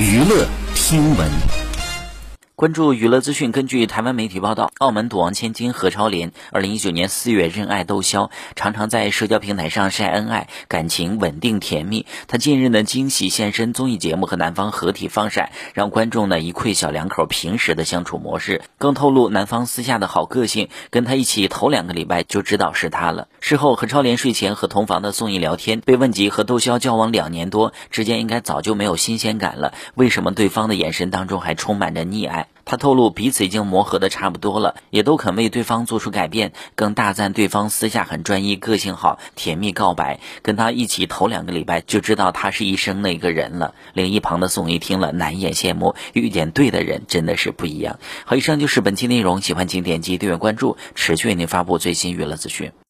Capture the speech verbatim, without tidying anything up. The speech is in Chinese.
娱乐听闻。 关注娱乐资讯，根据台湾媒体报道，澳门赌王千金何超莲二零一九年四月认爱窦骁，常常在社交平台上晒恩爱，感情稳定甜蜜。她近日呢惊喜现身综艺节目和男方合体放闪，让观众呢一窥小两口平时的相处模式，更透露男方私下的好个性，跟他一起头两个礼拜就知道是他了。事后何超莲睡前和同房的宋轶聊天，被问及和窦骁交往两年多，之间应该早就没有新鲜感了，为什么对方的眼神当中还充满着溺爱？他透露彼此已经磨合的差不多了，也都肯为对方做出改变，更大赞对方私下很专一，个性好，甜蜜告白，跟他一起头两个礼拜就知道他是一生的一个人了。另一旁的宋轶听了难掩羡慕，遇见对的人真的是不一样。好，以上就是本期内容，喜欢请点击订阅关注，持续为您发布最新娱乐资讯。